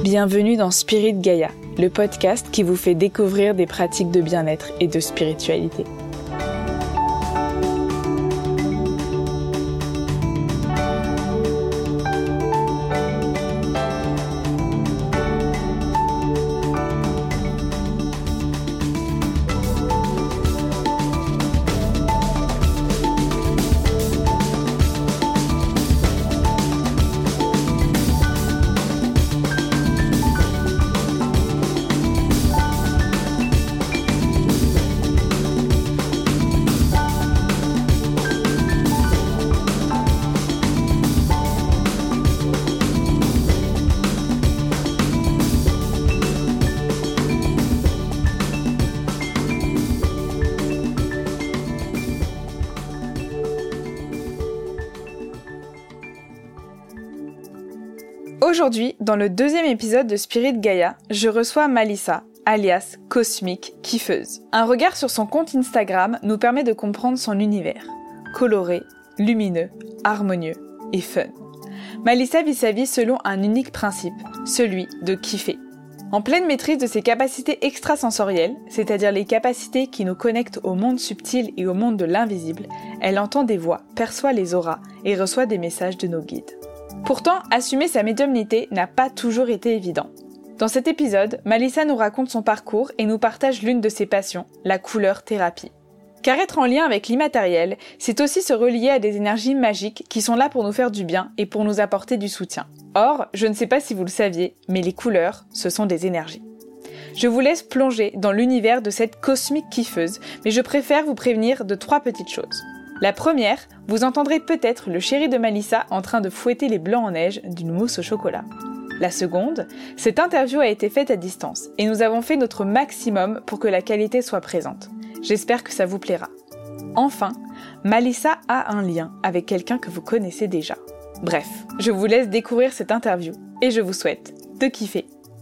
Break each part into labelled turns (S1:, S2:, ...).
S1: Bienvenue dans Spirit Gaia, le podcast qui vous fait découvrir des pratiques de bien-être et de spiritualité. Aujourd'hui, dans le deuxième épisode de Spirit Gaia, je reçois Malissa, alias Cosmic Kiffeuse. Un regard sur son compte Instagram nous permet de comprendre son univers. Coloré, lumineux, harmonieux et fun. Malissa vit sa vie selon un unique principe, celui de kiffer. En pleine maîtrise de ses capacités extrasensorielles, c'est-à-dire les capacités qui nous connectent au monde subtil et au monde de l'invisible, elle entend des voix, perçoit les auras et reçoit des messages de nos guides. Pourtant, assumer sa médiumnité n'a pas toujours été évident. Dans cet épisode, Malissa nous raconte son parcours et nous partage l'une de ses passions, la couleur thérapie. Car être en lien avec l'immatériel, c'est aussi se relier à des énergies magiques qui sont là pour nous faire du bien et pour nous apporter du soutien. Or, je ne sais pas si vous le saviez, mais les couleurs, ce sont des énergies. Je vous laisse plonger dans l'univers de cette cosmique kiffeuse, mais je préfère vous prévenir de 3 petites choses. La première, vous entendrez peut-être le chéri de Malissa en train de fouetter les blancs en neige d'une mousse au chocolat. La seconde, cette interview a été faite à distance et nous avons fait notre maximum pour que la qualité soit présente. J'espère que ça vous plaira. Enfin, Malissa a un lien avec quelqu'un que vous connaissez déjà. Bref, je vous laisse découvrir cette interview et je vous souhaite de kiffer.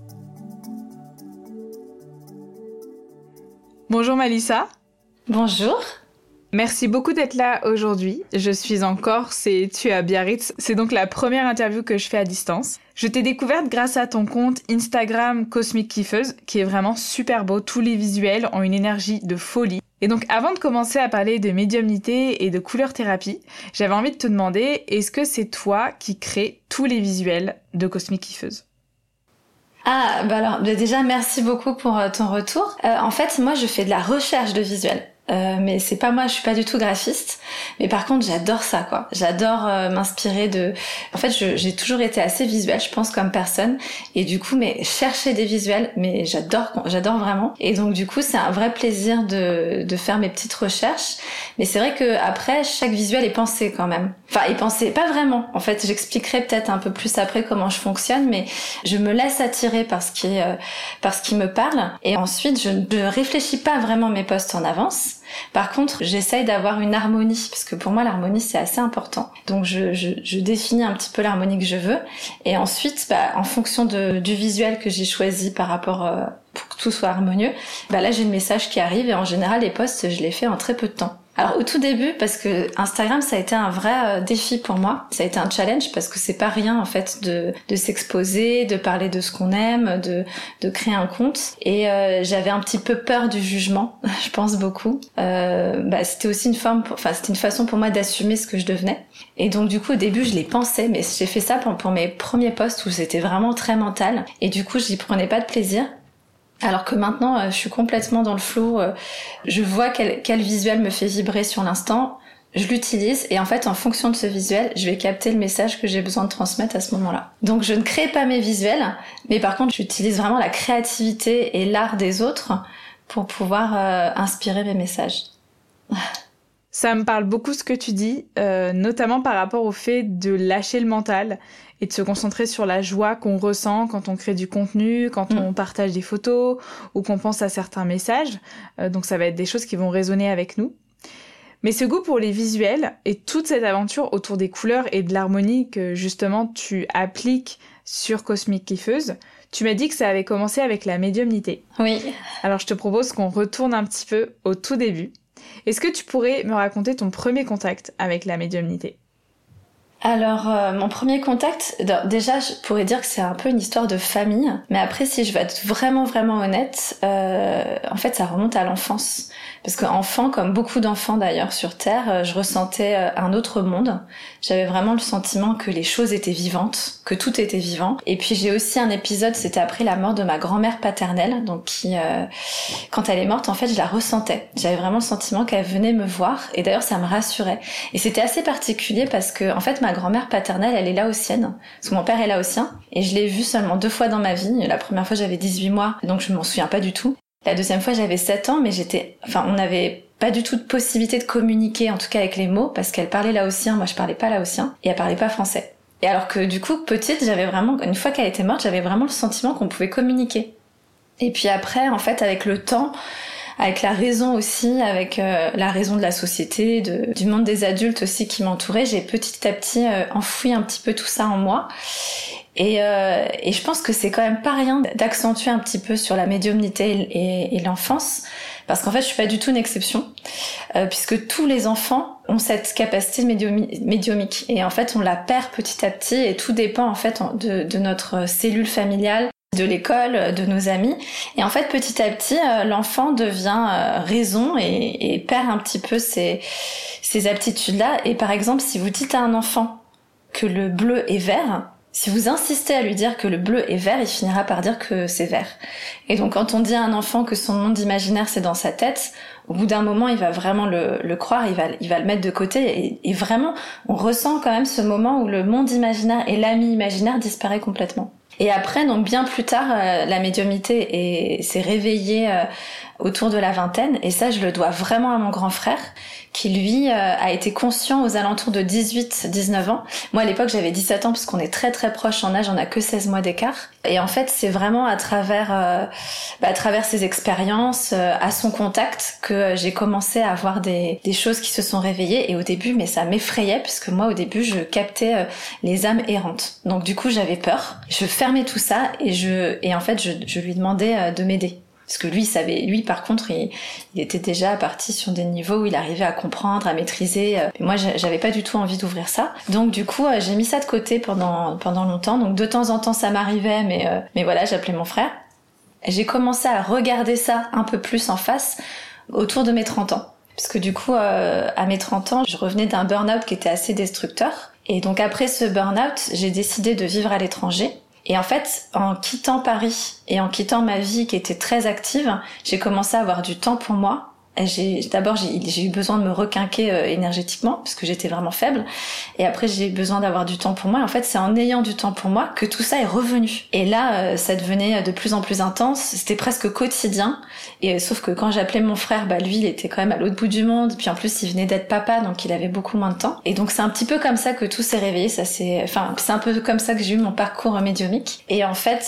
S1: Bonjour Malissa.
S2: Bonjour.
S1: Merci beaucoup d'être là aujourd'hui. Je suis en Corse et tu es à Biarritz. C'est donc la première interview que je fais à distance. Je t'ai découverte grâce à ton compte Instagram Cosmic Kiffeuse, qui est vraiment super beau. Tous les visuels ont une énergie de folie. Et donc avant de commencer à parler de médiumnité et de couleur thérapie, j'avais envie de te demander, est-ce que c'est toi qui crée tous les visuels de Cosmic Kiffeuse ?
S2: Alors déjà merci beaucoup pour ton retour. En fait, moi je fais de la recherche de visuels. Mais c'est pas moi, je suis pas du tout graphiste, mais par contre j'adore ça quoi. J'adore m'inspirer de. En fait, j'ai toujours été assez visuelle, je pense, comme personne, et du coup, mais chercher des visuels, mais j'adore vraiment. Et donc du coup, c'est un vrai plaisir de faire mes petites recherches. Mais c'est vrai que après, chaque visuel est pensé quand même. Enfin, est pensé pas vraiment. En fait, j'expliquerai peut-être un peu plus après comment je fonctionne, mais je me laisse attirer par ce qui me parle, et ensuite je ne réfléchis pas vraiment mes posts en avance. Par contre, j'essaye d'avoir une harmonie, parce que pour moi l'harmonie c'est assez important. Donc je définis un petit peu l'harmonie que je veux, et ensuite en fonction du visuel que j'ai choisi par rapport pour que tout soit harmonieux, là j'ai le message qui arrive, et en général les posts je les fais en très peu de temps. Alors au tout début, parce que Instagram ça a été un vrai défi pour moi, ça a été un challenge parce que c'est pas rien en fait de s'exposer, de parler de ce qu'on aime, de créer un compte, et j'avais un petit peu peur du jugement, je pense beaucoup. C'était aussi c'était une façon pour moi d'assumer ce que je devenais. Et donc du coup au début je les pensais, mais j'ai fait ça pour mes premiers posts où c'était vraiment très mental, et du coup j'y prenais pas de plaisir. Alors que maintenant, je suis complètement dans le flow, je vois quel visuel me fait vibrer sur l'instant, je l'utilise, et en fait, en fonction de ce visuel, je vais capter le message que j'ai besoin de transmettre à ce moment-là. Donc je ne crée pas mes visuels, mais par contre, j'utilise vraiment la créativité et l'art des autres pour pouvoir inspirer mes messages.
S1: Ça me parle beaucoup ce que tu dis, notamment par rapport au fait de lâcher le mental et de se concentrer sur la joie qu'on ressent quand on crée du contenu, quand on partage des photos ou qu'on pense à certains messages. Donc ça va être des choses qui vont résonner avec nous. Mais ce goût pour les visuels et toute cette aventure autour des couleurs et de l'harmonie que justement tu appliques sur Cosmic Kiffeuse, tu m'as dit que ça avait commencé avec la médiumnité.
S2: Oui.
S1: Alors je te propose qu'on retourne un petit peu au tout début. Est-ce que tu pourrais me raconter ton premier contact avec la médiumnité ?
S2: Alors, mon premier contact, déjà, je pourrais dire que c'est un peu une histoire de famille. Mais après, si je veux être vraiment, vraiment honnête, en fait, ça remonte à l'enfance. Parce qu'enfant, comme beaucoup d'enfants d'ailleurs sur Terre, je ressentais un autre monde. J'avais vraiment le sentiment que les choses étaient vivantes, que tout était vivant. Et puis j'ai aussi un épisode, c'était après la mort de ma grand-mère paternelle, donc qui, quand elle est morte, en fait, je la ressentais. J'avais vraiment le sentiment qu'elle venait me voir. Et d'ailleurs, ça me rassurait. Et c'était assez particulier parce que, en fait, ma grand-mère paternelle, elle est laotienne. Parce que mon père est laotien. Et je l'ai vue seulement 2 fois dans ma vie. La première fois, j'avais 18 mois, donc je m'en souviens pas du tout. La deuxième fois, j'avais 7 ans, mais on n'avait pas du tout de possibilité de communiquer, en tout cas avec les mots, parce qu'elle parlait laotien, moi je parlais pas laotien, et elle parlait pas français. Et alors que du coup, petite, j'avais vraiment, une fois qu'elle était morte, j'avais vraiment le sentiment qu'on pouvait communiquer. Et puis après, en fait, avec le temps, avec la raison aussi, avec la raison de la société, du monde des adultes aussi qui m'entouraient, j'ai petit à petit enfoui un petit peu tout ça en moi. Et je pense que c'est quand même pas rien d'accentuer un petit peu sur la médiumnité et l'enfance, parce qu'en fait je suis pas du tout une exception, puisque tous les enfants ont cette capacité médiumique, et en fait on la perd petit à petit, et tout dépend en fait de notre cellule familiale, de l'école, de nos amis, et en fait petit à petit l'enfant devient raison et perd un petit peu ces aptitudes-là. Et par exemple, si vous dites à un enfant que le bleu est vert, si vous insistez à lui dire que le bleu est vert, il finira par dire que c'est vert. Et donc quand on dit à un enfant que son monde imaginaire c'est dans sa tête, au bout d'un moment il va vraiment le croire, il va le mettre de côté, et vraiment on ressent quand même ce moment où le monde imaginaire et l'ami imaginaire disparaît complètement. Et après, donc bien plus tard, la médiumnité s'est réveillée autour de la vingtaine, et ça je le dois vraiment à mon grand frère, qui lui a été conscient aux alentours de 18-19 ans. Moi à l'époque j'avais 17 ans, parce qu'on est très très proches en âge, on a que 16 mois d'écart. Et en fait c'est vraiment à travers ses expériences, à son contact, que j'ai commencé à avoir des choses qui se sont réveillées. Et au début, mais ça m'effrayait, puisque moi au début je captais les âmes errantes. Donc du coup j'avais peur, je fermais tout ça, et en fait je lui demandais de m'aider. Parce que lui par contre, il était déjà parti sur des niveaux où il arrivait à comprendre, à maîtriser. Et moi, j'avais pas du tout envie d'ouvrir ça. Donc du coup, j'ai mis ça de côté pendant longtemps. Donc de temps en temps, ça m'arrivait, mais voilà, j'appelais mon frère. J'ai commencé à regarder ça un peu plus en face autour de mes 30 ans. Parce que du coup, à mes 30 ans, je revenais d'un burn-out qui était assez destructeur. Et donc après ce burn-out, j'ai décidé de vivre à l'étranger. Et en fait, en quittant Paris et en quittant ma vie qui était très active, j'ai commencé à avoir du temps pour moi. D'abord, j'ai eu besoin de me requinquer énergétiquement, parce que j'étais vraiment faible. Et après, j'ai eu besoin d'avoir du temps pour moi. Et en fait, c'est en ayant du temps pour moi que tout ça est revenu. Et là, ça devenait de plus en plus intense. C'était presque quotidien. Et sauf que quand j'appelais mon frère, lui, il était quand même à l'autre bout du monde. Puis en plus, il venait d'être papa, donc il avait beaucoup moins de temps. Et donc, c'est un petit peu comme ça que tout s'est réveillé. C'est un peu comme ça que j'ai eu mon parcours médiumique. Et en fait,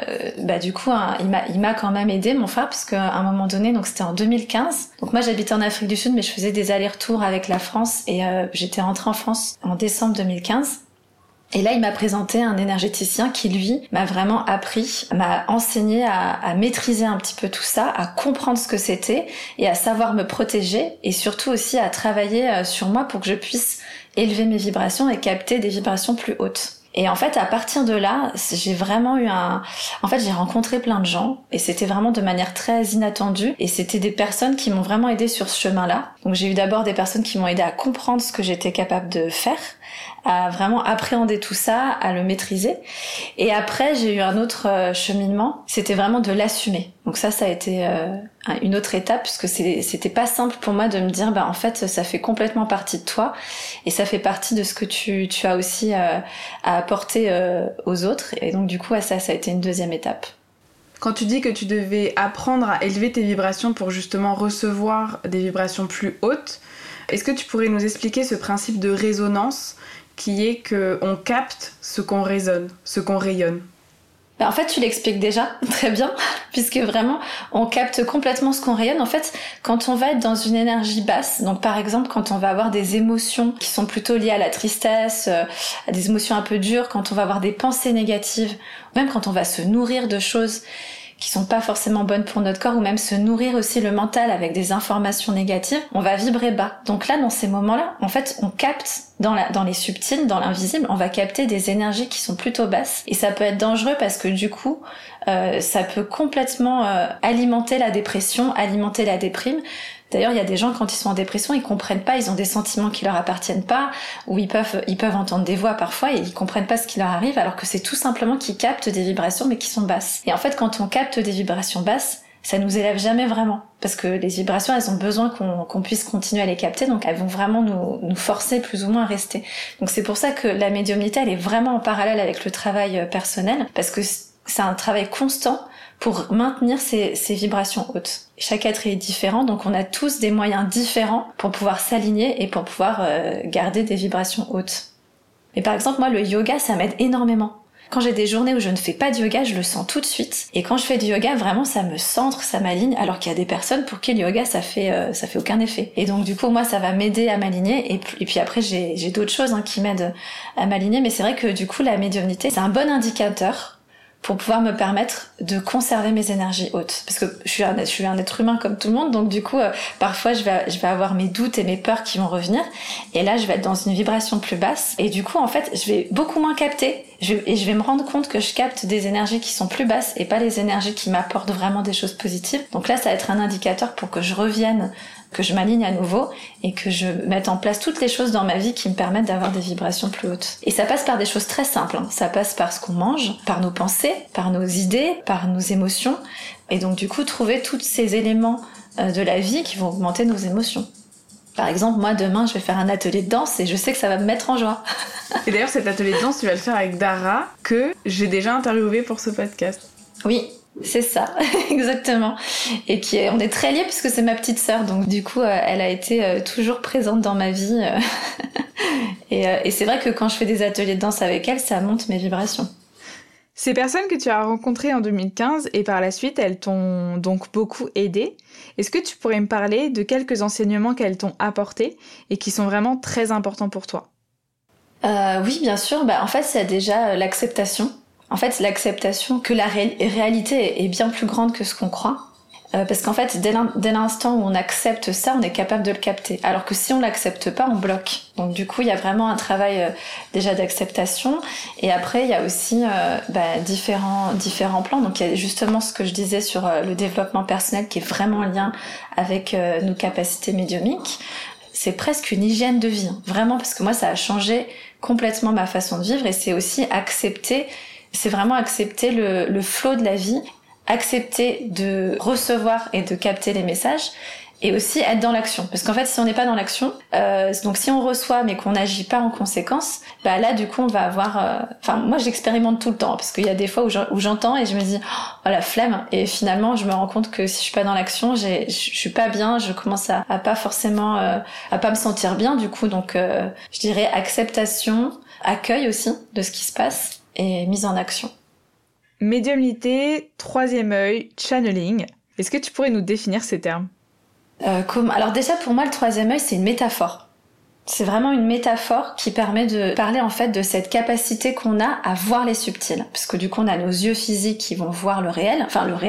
S2: du coup, il m'a quand même aidé, mon frère, parce qu'à un moment donné, donc c'était en 2015. Donc moi j'habitais en Afrique du Sud, mais je faisais des allers-retours avec la France, et j'étais rentrée en France en décembre 2015. Et là il m'a présenté un énergéticien qui lui m'a vraiment appris, m'a enseigné à maîtriser un petit peu tout ça, à comprendre ce que c'était et à savoir me protéger, et surtout aussi à travailler sur moi pour que je puisse élever mes vibrations et capter des vibrations plus hautes. Et en fait, à partir de là, j'ai vraiment eu j'ai rencontré plein de gens, et c'était vraiment de manière très inattendue, et c'était des personnes qui m'ont vraiment aidée sur ce chemin-là. Donc j'ai eu d'abord des personnes qui m'ont aidée à comprendre ce que j'étais capable de faire, à vraiment appréhender tout ça, à le maîtriser. Et après, j'ai eu un autre cheminement, c'était vraiment de l'assumer. Donc ça a été une autre étape, puisque c'était pas simple pour moi de me dire, en fait, ça fait complètement partie de toi, et ça fait partie de ce que tu as aussi à apporter aux autres. Et donc du coup, ça a été une deuxième étape.
S1: Quand tu dis que tu devais apprendre à élever tes vibrations pour justement recevoir des vibrations plus hautes, est-ce que tu pourrais nous expliquer ce principe de résonance qui est qu'on capte ce qu'on résonne, ce qu'on rayonne?
S2: En fait, tu l'expliques déjà très bien, puisque vraiment, on capte complètement ce qu'on rayonne. En fait, quand on va être dans une énergie basse, donc par exemple, quand on va avoir des émotions qui sont plutôt liées à la tristesse, à des émotions un peu dures, quand on va avoir des pensées négatives, même quand on va se nourrir de choses qui sont pas forcément bonnes pour notre corps, ou même se nourrir aussi le mental avec des informations négatives, on va vibrer bas. Donc là, dans ces moments-là, en fait, on capte dans les subtils, dans l'invisible, on va capter des énergies qui sont plutôt basses. Et ça peut être dangereux parce que du coup, ça peut complètement alimenter la dépression, alimenter la déprime. D'ailleurs, il y a des gens, quand ils sont en dépression, ils comprennent pas, ils ont des sentiments qui leur appartiennent pas, ou ils peuvent entendre des voix parfois et ils comprennent pas ce qui leur arrive, alors que c'est tout simplement qu'ils captent des vibrations mais qui sont basses. Et en fait, quand on capte des vibrations basses, ça nous élève jamais vraiment. Parce que les vibrations, elles ont besoin qu'on puisse continuer à les capter, donc elles vont vraiment nous forcer plus ou moins à rester. Donc c'est pour ça que la médiumnité, elle est vraiment en parallèle avec le travail personnel, parce que c'est un travail constant pour maintenir ces vibrations hautes. Chaque être est différent, donc on a tous des moyens différents pour pouvoir s'aligner et pour pouvoir garder des vibrations hautes. Mais par exemple, moi, le yoga, ça m'aide énormément. Quand j'ai des journées où je ne fais pas de yoga, je le sens tout de suite. Et quand je fais du yoga, vraiment, ça me centre, ça m'aligne, alors qu'il y a des personnes pour qui le yoga, ça fait aucun effet. Et donc, du coup, moi, ça va m'aider à m'aligner. Et puis après, j'ai d'autres choses qui m'aident à m'aligner. Mais c'est vrai que, du coup, la médiumnité, c'est un bon indicateur pour pouvoir me permettre de conserver mes énergies hautes. Parce que je suis un être humain comme tout le monde, donc du coup, parfois je vais avoir mes doutes et mes peurs qui vont revenir, et là je vais être dans une vibration plus basse, et du coup en fait je vais beaucoup moins capter, et je vais me rendre compte que je capte des énergies qui sont plus basses, et pas les énergies qui m'apportent vraiment des choses positives. Donc là ça va être un indicateur pour que je revienne, que je m'aligne à nouveau et que je mette en place toutes les choses dans ma vie qui me permettent d'avoir des vibrations plus hautes. Et ça passe par des choses très simples. Ça passe par ce qu'on mange, par nos pensées, par nos idées, par nos émotions. Et donc du coup, trouver tous ces éléments de la vie qui vont augmenter nos émotions. Par exemple, moi demain, je vais faire un atelier de danse et je sais que ça va me mettre en joie.
S1: Et d'ailleurs, cet atelier de danse, tu vas le faire avec Dara, que j'ai déjà interviewé pour ce podcast.
S2: Oui. C'est ça, exactement. Et on est très liés puisque c'est ma petite sœur, donc du coup, elle a été toujours présente dans ma vie. Et c'est vrai que quand je fais des ateliers de danse avec elle, ça monte mes vibrations.
S1: Ces personnes que tu as rencontrées en 2015 et par la suite, elles t'ont donc beaucoup aidé. Est-ce que tu pourrais me parler de quelques enseignements qu'elles t'ont apportés et qui sont vraiment très importants pour toi ?
S2: Oui, bien sûr. En fait, il y a déjà l'acceptation. En fait, l'acceptation que la réalité est bien plus grande que ce qu'on croit. Parce qu'en fait, dès l'instant où on accepte ça, on est capable de le capter. Alors que si on l'accepte pas, on bloque. Donc du coup, il y a vraiment un travail déjà d'acceptation. Et après, il y a aussi différents plans. Donc il y a justement ce que je disais sur le développement personnel qui est vraiment en lien avec nos capacités médiumniques. C'est presque une hygiène de vie. Vraiment, parce que moi, ça a changé complètement ma façon de vivre. Et c'est aussi c'est vraiment accepter le flow de la vie, accepter de recevoir et de capter les messages, et aussi être dans l'action. Parce qu'en fait, si on n'est pas dans l'action, donc si on reçoit mais qu'on n'agit pas en conséquence, là du coup on va avoir... moi j'expérimente tout le temps, parce qu'il y a des fois où j'entends et je me dis « Oh la flemme !» Et finalement je me rends compte que si je suis pas dans l'action, je suis pas bien, je commence à pas forcément... à pas me sentir bien du coup. Donc je dirais acceptation, accueil aussi de ce qui se passe, et mise en action.
S1: Médiumnité, troisième œil, channeling. Est-ce que tu pourrais nous définir ces termes ?
S2: Alors déjà pour moi le troisième œil c'est une métaphore. C'est vraiment une métaphore qui permet de parler en fait de cette capacité qu'on a à voir les subtils. Parce que du coup on a nos yeux physiques qui vont voir le réel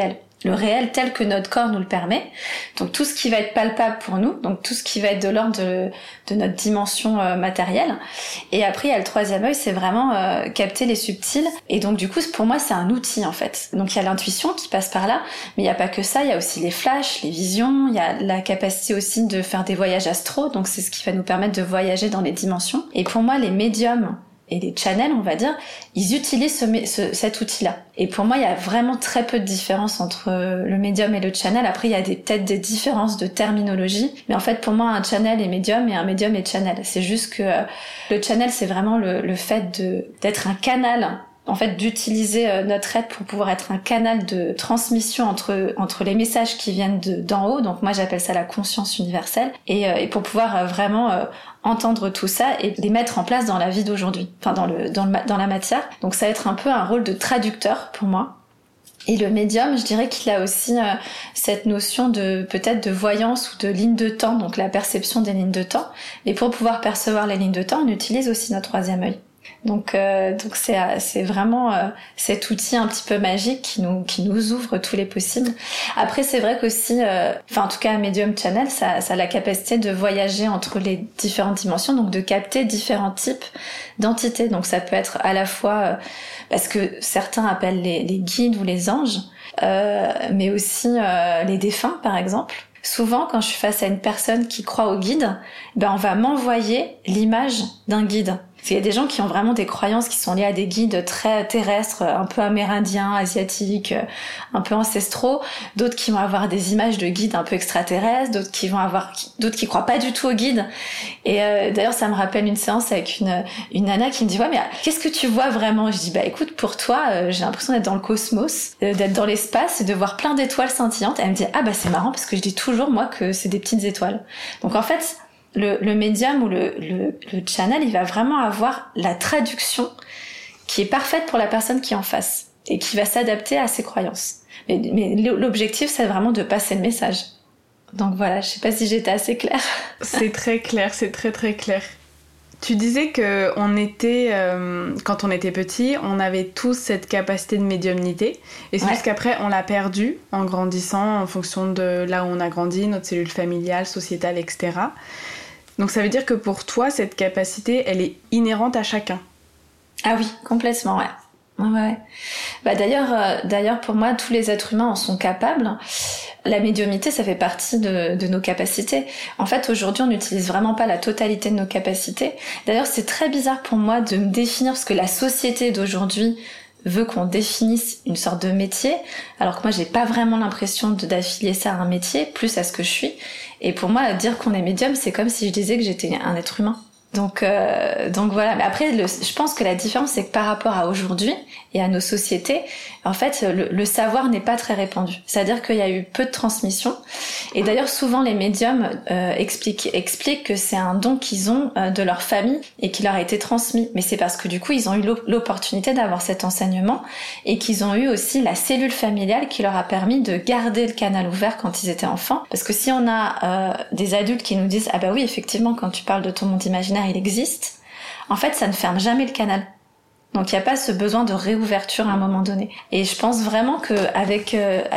S2: tel que notre corps nous le permet. Donc tout ce qui va être palpable pour nous, donc tout ce qui va être de l'ordre de notre dimension matérielle. Et après il y a le troisième œil, c'est vraiment capter les subtils. Et donc du coup pour moi c'est un outil en fait. Donc il y a l'intuition qui passe par là, mais il n'y a pas que ça, il y a aussi les flashs, les visions, il y a la capacité aussi de faire des voyages astraux, donc c'est ce qui va nous permettre de voyager dans les dimensions. Et pour moi les médiums et les channels, on va dire, ils utilisent cet outil-là. Et pour moi, il y a vraiment très peu de différence entre le médium et le channel. Après, il y a peut-être des différences de terminologie. Mais en fait, pour moi, un channel est médium et un médium est channel. C'est juste que le channel, c'est vraiment le fait d'être un canal, en fait, d'utiliser notre être pour pouvoir être un canal de transmission entre les messages qui viennent d'en haut. Donc moi, j'appelle ça la conscience universelle. Et pour pouvoir vraiment entendre tout ça et les mettre en place dans la vie d'aujourd'hui, enfin dans la matière. Donc ça va être un peu un rôle de traducteur pour moi. Et le médium, je dirais qu'il a aussi cette notion peut-être de voyance ou de ligne de temps, donc la perception des lignes de temps. Et pour pouvoir percevoir les lignes de temps, on utilise aussi notre troisième œil. Donc c'est vraiment cet outil un petit peu magique qui nous ouvre tous les possibles. Après c'est vrai qu'aussi, en tout cas Medium Channel, ça a la capacité de voyager entre les différentes dimensions, donc de capter différents types d'entités. Donc ça peut être à la fois parce que certains appellent les guides ou les anges, mais aussi les défunts par exemple. Souvent, quand je suis face à une personne qui croit au guide, on va m'envoyer l'image d'un guide. Il y a des gens qui ont vraiment des croyances qui sont liées à des guides très terrestres, un peu amérindiens, asiatiques, un peu ancestraux. D'autres qui vont avoir des images de guides un peu extraterrestres, d'autres qui croient pas du tout aux guides. Et d'ailleurs, ça me rappelle une séance avec une nana qui me dit « Ouais, mais qu'est-ce que tu vois vraiment ?» Je dis « Écoute, pour toi, j'ai l'impression d'être dans le cosmos, d'être dans l'espace et de voir plein d'étoiles scintillantes. » Elle me dit « Ah c'est marrant parce que je dis toujours, moi, que c'est des petites étoiles. » Donc en fait, le médium ou le channel, il va vraiment avoir la traduction qui est parfaite pour la personne qui est en face et qui va s'adapter à ses croyances. Mais l'objectif, c'est vraiment de passer le message. Donc voilà, je sais pas si j'étais assez claire.
S1: C'est très clair, c'est très très clair. Tu disais que quand on était petit, on avait tous cette capacité de médiumnité. Et c'est juste qu'après, on l'a perdue en grandissant en fonction de là où on a grandi, notre cellule familiale, sociétale, etc. Donc ça veut dire que pour toi, cette capacité, elle est inhérente à chacun.
S2: Ah oui, complètement, ouais. Ouais. D'ailleurs, pour moi, tous les êtres humains en sont capables. La médiumnité, ça fait partie de nos capacités. En fait, aujourd'hui, on n'utilise vraiment pas la totalité de nos capacités. D'ailleurs, c'est très bizarre pour moi de me définir, parce que la société d'aujourd'hui veut qu'on définisse une sorte de métier, alors que moi, j'ai pas vraiment l'impression d'affilier ça à un métier, plus à ce que je suis. Et pour moi, dire qu'on est médium, c'est comme si je disais que j'étais un être humain. Donc voilà. Mais après, je pense que la différence, c'est que par rapport à aujourd'hui et à nos sociétés, en fait, le savoir n'est pas très répandu. C'est-à-dire qu'il y a eu peu de transmission. Et d'ailleurs, souvent, les médiums expliquent que c'est un don qu'ils ont de leur famille et qui leur a été transmis. Mais c'est parce que du coup, ils ont eu l'opportunité d'avoir cet enseignement et qu'ils ont eu aussi la cellule familiale qui leur a permis de garder le canal ouvert quand ils étaient enfants. Parce que si on a des adultes qui nous disent « Ah oui, effectivement, quand tu parles de ton monde imaginaire, il existe », en fait, ça ne ferme jamais le canal. Donc il n'y a pas ce besoin de réouverture à un moment donné. Et je pense vraiment que avec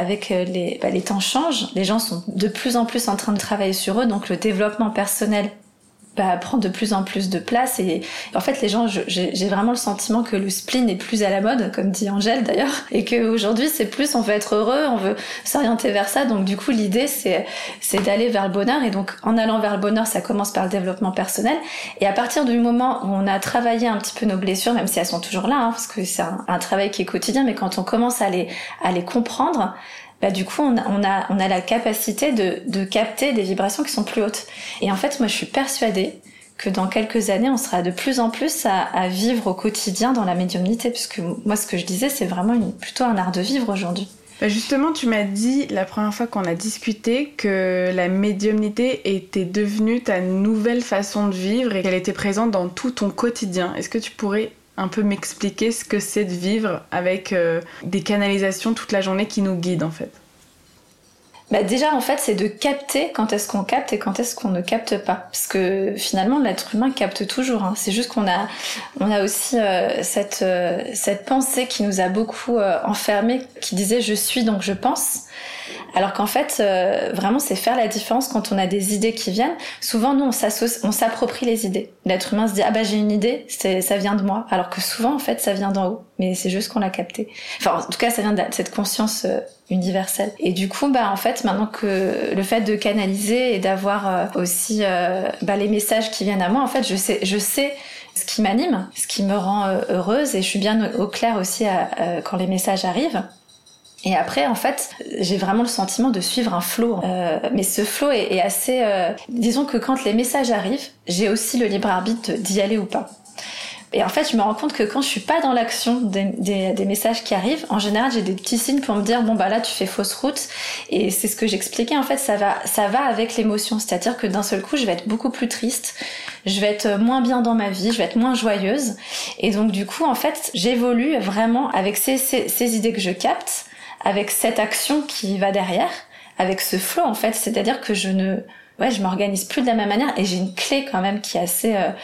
S2: les temps changent, les gens sont de plus en plus en train de travailler sur eux, donc le développement personnel prend de plus en plus de place et en fait les gens, j'ai vraiment le sentiment que le spleen n'est plus à la mode, comme dit Angèle d'ailleurs, et qu'aujourd'hui c'est plus on veut être heureux, on veut s'orienter vers ça. Donc du coup l'idée c'est d'aller vers le bonheur, et donc en allant vers le bonheur ça commence par le développement personnel, et à partir du moment où on a travaillé un petit peu nos blessures, même si elles sont toujours là, parce que c'est un travail qui est quotidien, mais quand on commence à les comprendre, du coup, on a la capacité de capter des vibrations qui sont plus hautes. Et en fait, moi, je suis persuadée que dans quelques années, on sera de plus en plus à vivre au quotidien dans la médiumnité, puisque moi, ce que je disais, c'est vraiment plutôt un art de vivre aujourd'hui.
S1: Justement, tu m'as dit la première fois qu'on a discuté que la médiumnité était devenue ta nouvelle façon de vivre et qu'elle était présente dans tout ton quotidien. Est-ce que tu pourrais un peu m'expliquer ce que c'est de vivre avec des canalisations toute la journée qui nous guident en fait?
S2: Déjà en fait c'est de capter quand est-ce qu'on capte et quand est-ce qu'on ne capte pas, parce que finalement l'être humain capte toujours, hein. C'est juste qu'on a aussi cette pensée qui nous a beaucoup enfermés, qui disait je suis donc je pense, alors qu'en fait vraiment c'est faire la différence quand on a des idées qui viennent. Souvent nous on s'approprie les idées. L'être humain se dit j'ai une idée, ça vient de moi, alors que souvent en fait ça vient d'en haut, mais c'est juste qu'on l'a capté. Enfin en tout cas ça vient de cette conscience universelle. Et du coup en fait maintenant que le fait de canaliser et d'avoir aussi les messages qui viennent à moi, en fait je sais ce qui m'anime, ce qui me rend heureuse, et je suis bien au clair aussi quand les messages arrivent. Et après, en fait, j'ai vraiment le sentiment de suivre un flow. Mais ce flow est assez... disons que quand les messages arrivent, j'ai aussi le libre arbitre d'y aller ou pas. Et en fait, je me rends compte que quand je suis pas dans l'action des messages qui arrivent, en général, j'ai des petits signes pour me dire là, tu fais fausse route. Et c'est ce que j'expliquais. En fait, ça va avec l'émotion. C'est-à-dire que d'un seul coup, je vais être beaucoup plus triste. Je vais être moins bien dans ma vie. Je vais être moins joyeuse. Et donc, du coup, en fait, j'évolue vraiment avec ces idées que je capte, avec cette action qui va derrière, avec ce flow, en fait. C'est-à-dire que je m'organise plus de la même manière, et j'ai une clé quand même qui est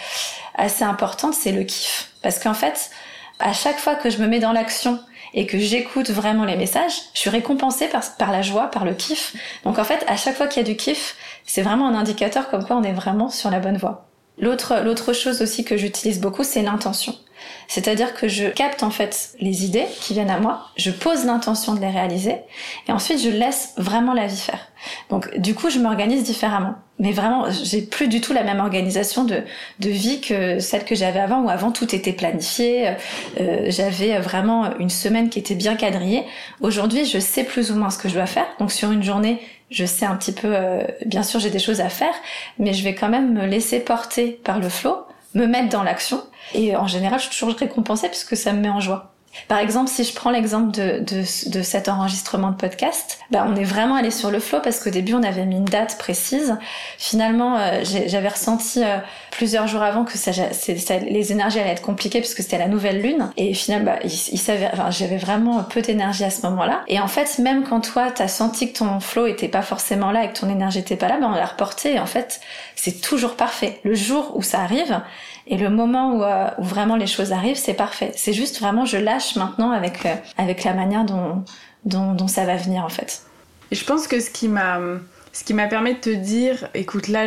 S2: assez importante, c'est le kiff. Parce qu'en fait, à chaque fois que je me mets dans l'action et que j'écoute vraiment les messages, je suis récompensée par la joie, par le kiff. Donc en fait, à chaque fois qu'il y a du kiff, c'est vraiment un indicateur comme quoi on est vraiment sur la bonne voie. L'autre chose aussi que j'utilise beaucoup, c'est l'intention. C'est-à-dire que je capte en fait les idées qui viennent à moi, je pose l'intention de les réaliser et ensuite je laisse vraiment la vie faire. Donc du coup, je m'organise différemment. Mais vraiment, j'ai plus du tout la même organisation de vie que celle que j'avais avant, où avant tout était planifié, j'avais vraiment une semaine qui était bien quadrillée. Aujourd'hui, je sais plus ou moins ce que je dois faire. Donc sur une journée, je sais un petit peu, bien sûr j'ai des choses à faire, mais je vais quand même me laisser porter par le flow, me mettre dans l'action, et en général je suis toujours récompensée puisque ça me met en joie. Par exemple, si je prends l'exemple de cet enregistrement de podcast, on est vraiment allé sur le flow parce qu'au début on avait mis une date précise. Finalement, j'avais ressenti plusieurs jours avant que les énergies allaient être compliquées parce que c'était la nouvelle lune. Et finalement, j'avais vraiment peu d'énergie à ce moment-là. Et en fait, même quand toi t'as senti que ton flow était pas forcément là et que ton énergie était pas là, on l'a reporté. Et en fait, c'est toujours parfait. Le jour où ça arrive, et le moment où vraiment les choses arrivent, c'est parfait. C'est juste vraiment, je lâche maintenant avec la manière dont ça va venir en fait.
S1: Et je pense que ce qui m'a permis de te dire, écoute là,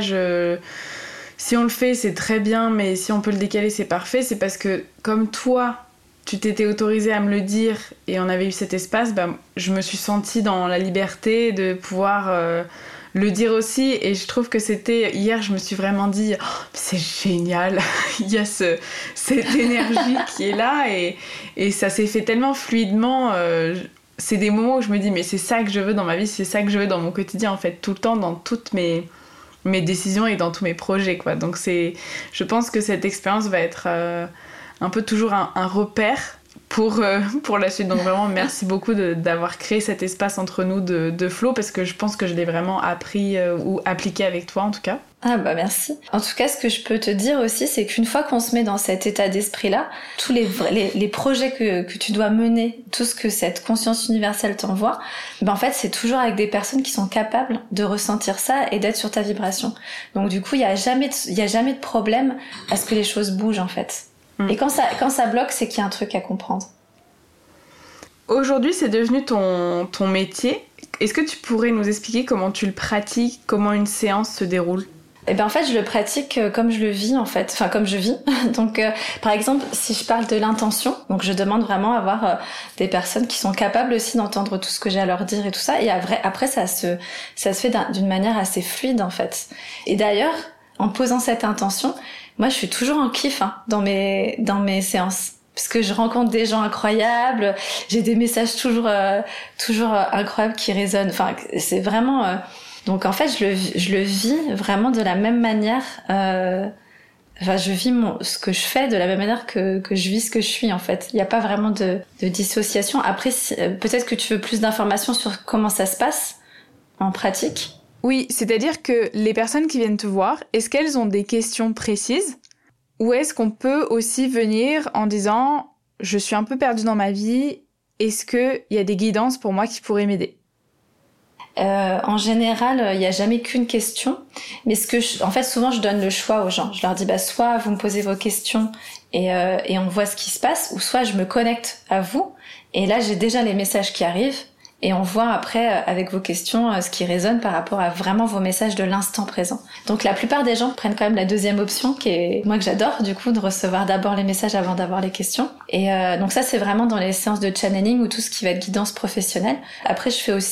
S1: si on le fait c'est très bien, mais si on peut le décaler c'est parfait, c'est parce que comme toi, tu t'étais autorisée à me le dire et on avait eu cet espace, je me suis sentie dans la liberté de pouvoir le dire aussi, et je trouve que c'était hier, je me suis vraiment dit c'est génial, il y a cette énergie qui est là, et ça s'est fait tellement fluidement. C'est des moments où je me dis mais c'est ça que je veux dans ma vie, c'est ça que je veux dans mon quotidien en fait, tout le temps, dans toutes mes décisions et dans tous mes projets quoi. Donc je pense que cette expérience va être un peu toujours un repère pour la suite. Donc vraiment merci beaucoup d'avoir créé cet espace entre nous de flow, parce que je pense que je l'ai vraiment appris ou appliqué avec toi en tout cas.
S2: Ah merci. En tout cas, ce que je peux te dire aussi, c'est qu'une fois qu'on se met dans cet état d'esprit-là, tous les projets que tu dois mener, tout ce que cette conscience universelle t'envoie, en fait, c'est toujours avec des personnes qui sont capables de ressentir ça et d'être sur ta vibration. Donc du coup, il y a jamais de problème à ce que les choses bougent en fait. Et quand ça bloque, c'est qu'il y a un truc à comprendre.
S1: Aujourd'hui, c'est devenu ton métier. Est-ce que tu pourrais nous expliquer comment tu le pratiques, comment une séance se déroule ?
S2: En fait, je le pratique comme je le vis en fait, enfin comme je vis. Donc par exemple, si je parle de l'intention, donc je demande vraiment à avoir des personnes qui sont capables aussi d'entendre tout ce que j'ai à leur dire et tout ça, et après ça se fait d'une manière assez fluide en fait. Et d'ailleurs, en posant cette intention, moi je suis toujours en kiff dans mes séances. Parce que je rencontre des gens incroyables, j'ai des messages toujours incroyables qui résonnent. Enfin, c'est vraiment. Donc en fait, je le vis vraiment de la même manière. Je vis ce que je fais de la même manière que je vis ce que je suis en fait. Il n'y a pas vraiment de dissociation. Après, peut-être que tu veux plus d'informations sur comment ça se passe en pratique.
S1: Oui, c'est-à-dire que les personnes qui viennent te voir, est-ce qu'elles ont des questions précises ? Ou est-ce qu'on peut aussi venir en disant « Je suis un peu perdue dans ma vie, est-ce qu'il y a des guidances pour moi qui pourraient m'aider ?»
S2: En général, il n'y a jamais qu'une question. Mais en fait, souvent, je donne le choix aux gens. Je leur dis soit vous me posez vos questions et on voit ce qui se passe, ou soit je me connecte à vous. Et là, j'ai déjà les messages qui arrivent. Et on voit après, avec vos questions, ce qui résonne par rapport à vraiment vos messages de l'instant présent. Donc la plupart des gens prennent quand même la deuxième option, qui est moi que j'adore, du coup, de recevoir d'abord les messages avant d'avoir les questions. Et donc ça, c'est vraiment dans les séances de channeling ou tout ce qui va être guidance professionnelle. Après,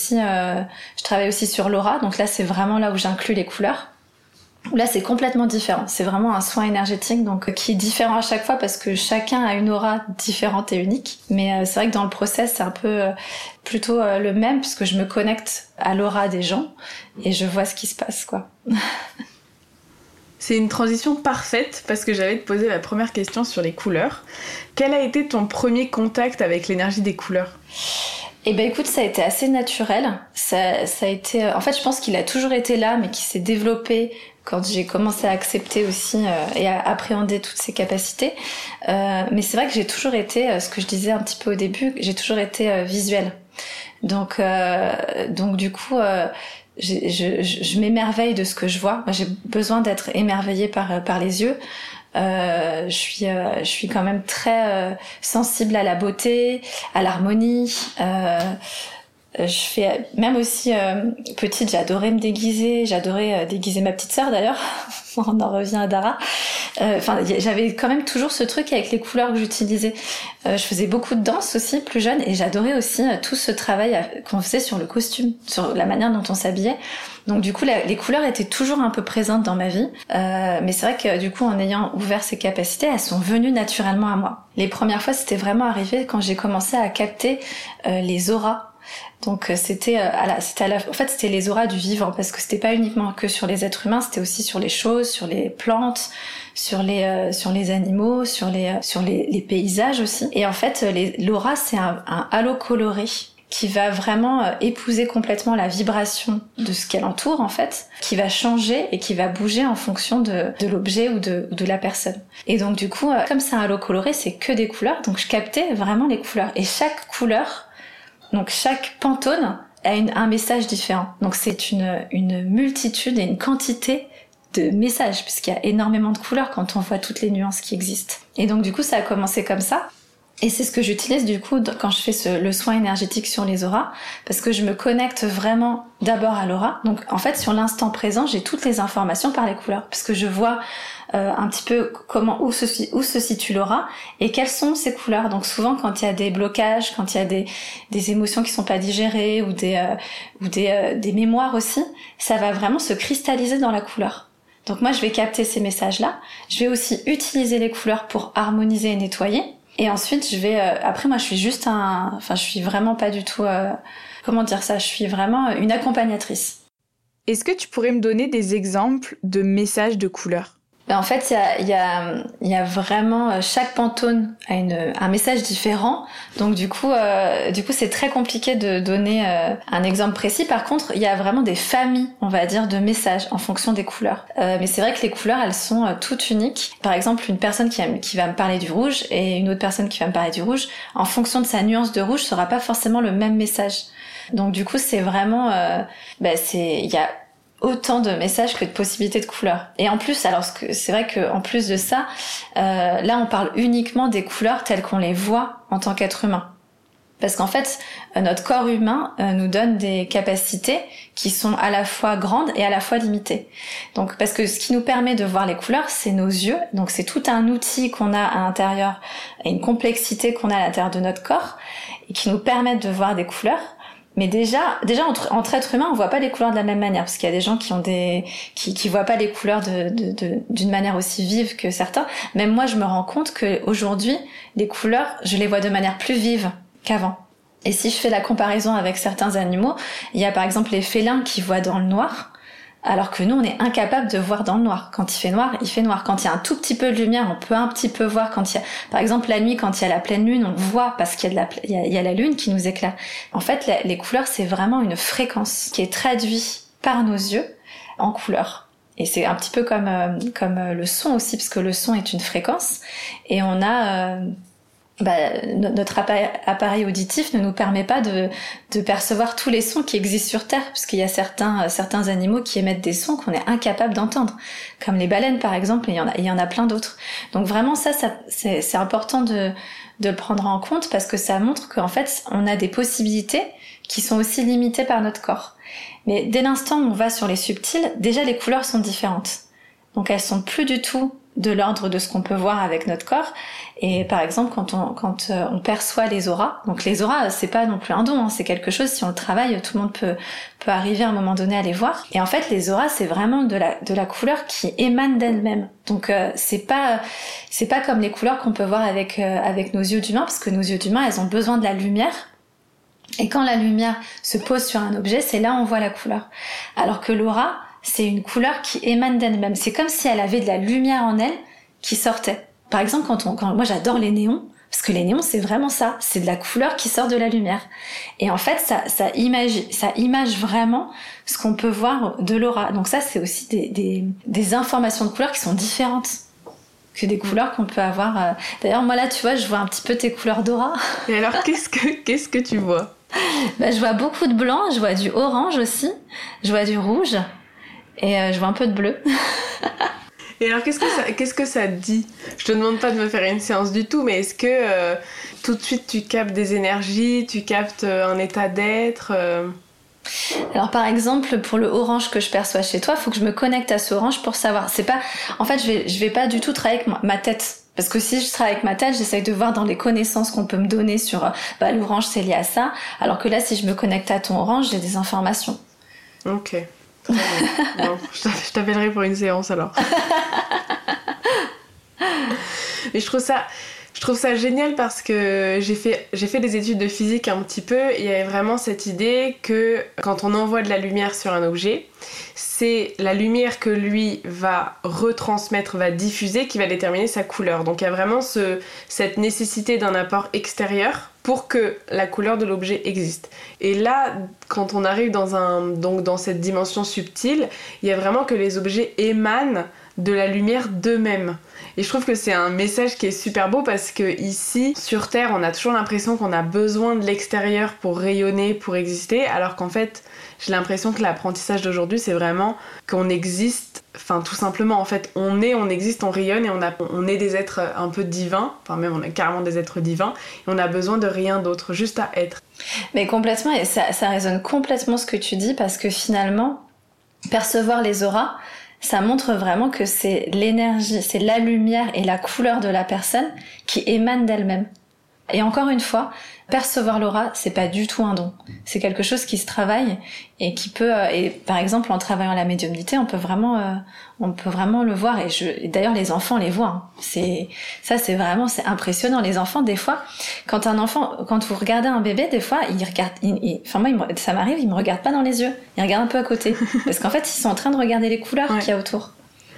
S2: je travaille aussi sur l'aura. Donc là, c'est vraiment là où j'inclus les couleurs. Là, c'est complètement différent. C'est vraiment un soin énergétique, donc qui est différent à chaque fois parce que chacun a une aura différente et unique. Mais c'est vrai que dans le process, c'est un peu plutôt le même puisque je me connecte à l'aura des gens et je vois ce qui se passe, quoi.
S1: C'est une transition parfaite parce que j'allais te poser la première question sur les couleurs. Quel a été ton premier contact avec l'énergie des couleurs ?
S2: Écoute, ça a été assez naturel. Ça a été, en fait, je pense qu'il a toujours été là, mais qui s'est développé quand j'ai commencé à accepter aussi et à appréhender toutes ses capacités. Mais c'est vrai que j'ai toujours été, ce que je disais un petit peu au début, j'ai toujours été visuelle. Donc du coup, je m'émerveille de ce que je vois. Moi, j'ai besoin d'être émerveillée par les yeux. Je suis quand même très sensible à la beauté, à l'harmonie. Je fais même aussi petite, j'adorais me déguiser, j'adorais déguiser ma petite sœur d'ailleurs. On en revient à Dara. J'avais quand même toujours ce truc avec les couleurs que j'utilisais. Je faisais beaucoup de danse aussi plus jeune et j'adorais aussi tout ce travail qu'on faisait sur le costume, sur la manière dont on s'habillait. Donc du coup, les couleurs étaient toujours un peu présentes dans ma vie. Mais c'est vrai que du coup, en ayant ouvert ces capacités, elles sont venues naturellement à moi. Les premières fois, c'était vraiment arrivé quand j'ai commencé à capter les auras. Donc c'était les auras du vivant, parce que c'était pas uniquement que sur les êtres humains, c'était aussi sur les choses, sur les plantes, sur les animaux, sur les paysages aussi. Et en fait, l'aura, c'est un halo coloré qui va vraiment épouser complètement la vibration de ce qu'elle entoure en fait, qui va changer et qui va bouger en fonction de l'objet ou de la personne. Et donc du coup, comme c'est un halo coloré, c'est que des couleurs, donc je captais vraiment les couleurs. Et chaque couleur, donc chaque pantone a un message différent. Donc c'est une multitude et une quantité de messages, puisqu'il y a énormément de couleurs quand on voit toutes les nuances qui existent. Et donc du coup, ça a commencé comme ça. Et c'est ce que j'utilise du coup quand je fais le soin énergétique sur les auras, parce que je me connecte vraiment d'abord à l'aura. Donc en fait, sur l'instant présent, j'ai toutes les informations par les couleurs, parce que je vois un petit peu où se situe l'aura et quelles sont ces couleurs. Donc souvent, quand il y a des blocages, quand il y a des émotions qui sont pas digérées ou des mémoires aussi, ça va vraiment se cristalliser dans la couleur. Donc moi, je vais capter ces messages-là. Je vais aussi utiliser les couleurs pour harmoniser et nettoyer. Et ensuite, après, moi, je suis vraiment pas du tout, je suis vraiment une accompagnatrice.
S1: Est-ce que tu pourrais me donner des exemples de messages de couleurs ?
S2: En fait, il y a vraiment chaque pantone a un message différent. Donc du coup, c'est très compliqué de donner un exemple précis. Par contre, il y a vraiment des familles, on va dire, de messages en fonction des couleurs. Mais c'est vrai que les couleurs, elles sont toutes uniques. Par exemple, une personne qui va me parler du rouge et une autre personne qui va me parler du rouge, en fonction de sa nuance de rouge, sera pas forcément le même message. Donc du coup, c'est vraiment, il y a autant de messages que de possibilités de couleurs. Et en plus, c'est vrai qu'en plus de ça, là on parle uniquement des couleurs telles qu'on les voit en tant qu'être humain. Parce qu'en fait, notre corps humain nous donne des capacités qui sont à la fois grandes et à la fois limitées. Donc, parce que ce qui nous permet de voir les couleurs, c'est nos yeux. Donc c'est tout un outil qu'on a à l'intérieur et une complexité qu'on a à l'intérieur de notre corps et qui nous permettent de voir des couleurs. Mais déjà entre êtres humains, on voit pas les couleurs de la même manière, parce qu'il y a des gens qui voient pas les couleurs d'une manière aussi vive que certains. Même moi, je me rends compte que aujourd'hui, les couleurs, je les vois de manière plus vive qu'avant. Et si je fais la comparaison avec certains animaux, il y a par exemple les félins qui voient dans le noir, alors que nous, on est incapable de voir dans le noir. Quand il fait noir, il fait noir. Quand il y a un tout petit peu de lumière, on peut un petit peu voir. Quand il y a, par exemple, la nuit, quand il y a la pleine lune, on voit parce qu'il y a la lune qui nous éclaire. En fait, les couleurs, c'est vraiment une fréquence qui est traduite par nos yeux en couleurs. Et c'est un petit peu comme le son aussi, parce que le son est une fréquence. Et on a notre appareil auditif ne nous permet pas de percevoir tous les sons qui existent sur Terre, parce qu'il y a certains animaux qui émettent des sons qu'on est incapable d'entendre, comme les baleines par exemple, et il y en a plein d'autres. Donc vraiment ça c'est important de le prendre en compte, parce que ça montre qu'en fait on a des possibilités qui sont aussi limitées par notre corps. Mais dès l'instant où on va sur les subtils, déjà les couleurs sont différentes. Donc elles sont plus du tout de l'ordre de ce qu'on peut voir avec notre corps. Et par exemple, quand on perçoit les auras, donc les auras, c'est pas non plus un don, hein, c'est quelque chose, si on le travaille, tout le monde peut arriver à un moment donné à les voir. Et en fait, les auras, c'est vraiment de la couleur qui émane d'elle-même. Donc c'est pas comme les couleurs qu'on peut voir avec nos yeux d'humain, parce que nos yeux d'humain, elles ont besoin de la lumière. Et quand la lumière se pose sur un objet, c'est là où on voit la couleur. Alors que l'aura, c'est une couleur qui émane d'elle-même. C'est comme si elle avait de la lumière en elle qui sortait. Par exemple, quand moi j'adore les néons, parce que les néons c'est vraiment ça, c'est de la couleur qui sort de la lumière. Et en fait, ça image vraiment ce qu'on peut voir de l'aura. Donc ça, c'est aussi des informations de couleurs qui sont différentes que des couleurs qu'on peut avoir. D'ailleurs, moi là, tu vois, je vois un petit peu tes couleurs d'aura.
S1: Et alors, qu'est-ce que tu vois ?
S2: Je vois beaucoup de blanc, je vois du orange aussi, je vois du rouge. Et je vois un peu de bleu.
S3: Et alors, qu'est-ce que ça te dit? Je te demande pas de me faire une séance du tout, mais est-ce que tout de suite tu captes des énergies, tu captes un état d'être
S2: Alors par exemple, pour le orange que je perçois chez toi, il faut que je me connecte à ce orange pour savoir. C'est pas, en fait, je vais pas du tout travailler avec ma tête. Parce que si je travaille avec ma tête, j'essaye de voir dans les connaissances qu'on peut me donner sur l'orange c'est lié à ça. Alors que là, si je me connecte à ton orange, j'ai des informations.
S3: Ok. Bon, je t'appellerai pour une séance alors. Mais je trouve ça génial parce que j'ai fait des études de physique un petit peu et il y avait vraiment cette idée que quand on envoie de la lumière sur un objet, c'est la lumière que lui va retransmettre, va diffuser qui va déterminer sa couleur. Donc il y a vraiment cette nécessité d'un apport extérieur pour que la couleur de l'objet existe. Et là, quand on arrive dans cette dimension subtile, il y a vraiment que les objets émanent de la lumière d'eux-mêmes. Et je trouve que c'est un message qui est super beau parce que ici, sur Terre, on a toujours l'impression qu'on a besoin de l'extérieur pour rayonner, pour exister, alors qu'en fait, j'ai l'impression que l'apprentissage d'aujourd'hui, c'est vraiment qu'on existe, enfin tout simplement, en fait, on existe, on rayonne et on est des êtres un peu divins, enfin même on est carrément des êtres divins, et on a besoin de rien d'autre, juste à être.
S2: Mais complètement, et ça résonne complètement ce que tu dis, parce que finalement, percevoir les auras, ça montre vraiment que c'est l'énergie, c'est la lumière et la couleur de la personne qui émanent d'elle-même. Et encore une fois, percevoir l'aura, c'est pas du tout un don. C'est quelque chose qui se travaille et qui peut, et par exemple, en travaillant la médiumnité, on peut vraiment le voir. Et d'ailleurs, les enfants les voient. Hein. C'est impressionnant. Les enfants, des fois, quand vous regardez un bébé, des fois, il regarde, moi, ça m'arrive, il me regarde pas dans les yeux. Il regarde un peu à côté. Parce qu'en fait, ils sont en train de regarder les couleurs qu'il y a autour.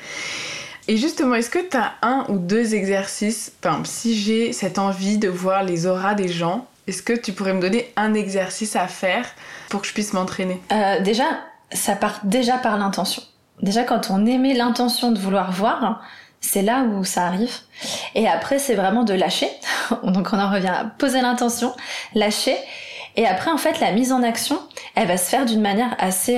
S3: Et justement, est-ce que tu as 1 ou 2 exercices, par exemple, si j'ai cette envie de voir les auras des gens, est-ce que tu pourrais me donner un exercice à faire pour que je puisse m'entraîner?
S2: Déjà, ça part déjà par l'intention. Déjà, quand on émet l'intention de vouloir voir, c'est là où ça arrive. Et après, c'est vraiment de lâcher. Donc on en revient à poser l'intention, lâcher. Et après, en fait, la mise en action, elle va se faire d'une manière assez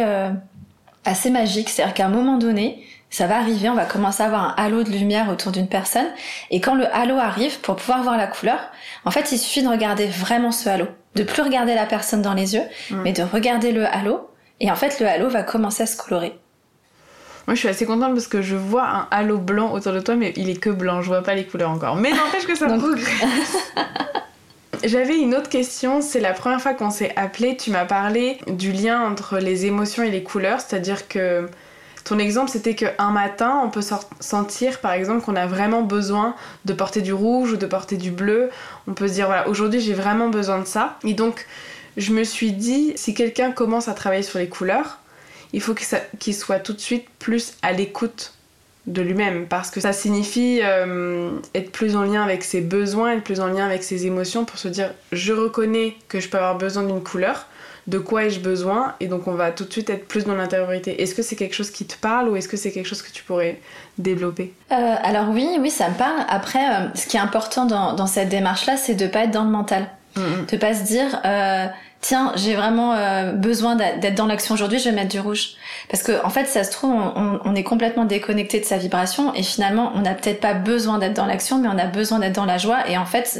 S2: magique. C'est-à-dire qu'à un moment donné, ça va arriver, on va commencer à avoir un halo de lumière autour d'une personne. Et quand le halo arrive, pour pouvoir voir la couleur, en fait, il suffit de regarder vraiment ce halo. De plus regarder la personne dans les yeux, mais de regarder le halo. Et en fait, le halo va commencer à se colorer.
S3: Moi, je suis assez contente parce que je vois un halo blanc autour de toi, mais il est que blanc, je vois pas les couleurs encore. Mais n'empêche que ça progresse. J'avais une autre question, c'est la première fois qu'on s'est appelé, tu m'as parlé du lien entre les émotions et les couleurs, c'est-à-dire que ton exemple, c'était qu'un matin, on peut sentir, par exemple, qu'on a vraiment besoin de porter du rouge ou de porter du bleu. On peut se dire, voilà, aujourd'hui, j'ai vraiment besoin de ça. Et donc, je me suis dit, si quelqu'un commence à travailler sur les couleurs, il faut qu'il soit tout de suite plus à l'écoute de lui-même. Parce que ça signifie être plus en lien avec ses besoins, être plus en lien avec ses émotions pour se dire, je reconnais que je peux avoir besoin d'une couleur. De quoi ai-je besoin? Et donc on va tout de suite être plus dans l'intériorité. Est-ce que c'est quelque chose qui te parle ou est-ce que c'est quelque chose que tu pourrais développer?
S2: Alors oui, ça me parle. Après, ce qui est important dans cette démarche-là, c'est de pas être dans le mental. De pas se dire, tiens, j'ai vraiment besoin d'être dans l'action aujourd'hui, je vais mettre du rouge. Parce que en fait, ça se trouve, on est complètement déconnecté de sa vibration et finalement, on n'a peut-être pas besoin d'être dans l'action, mais on a besoin d'être dans la joie. Et en fait,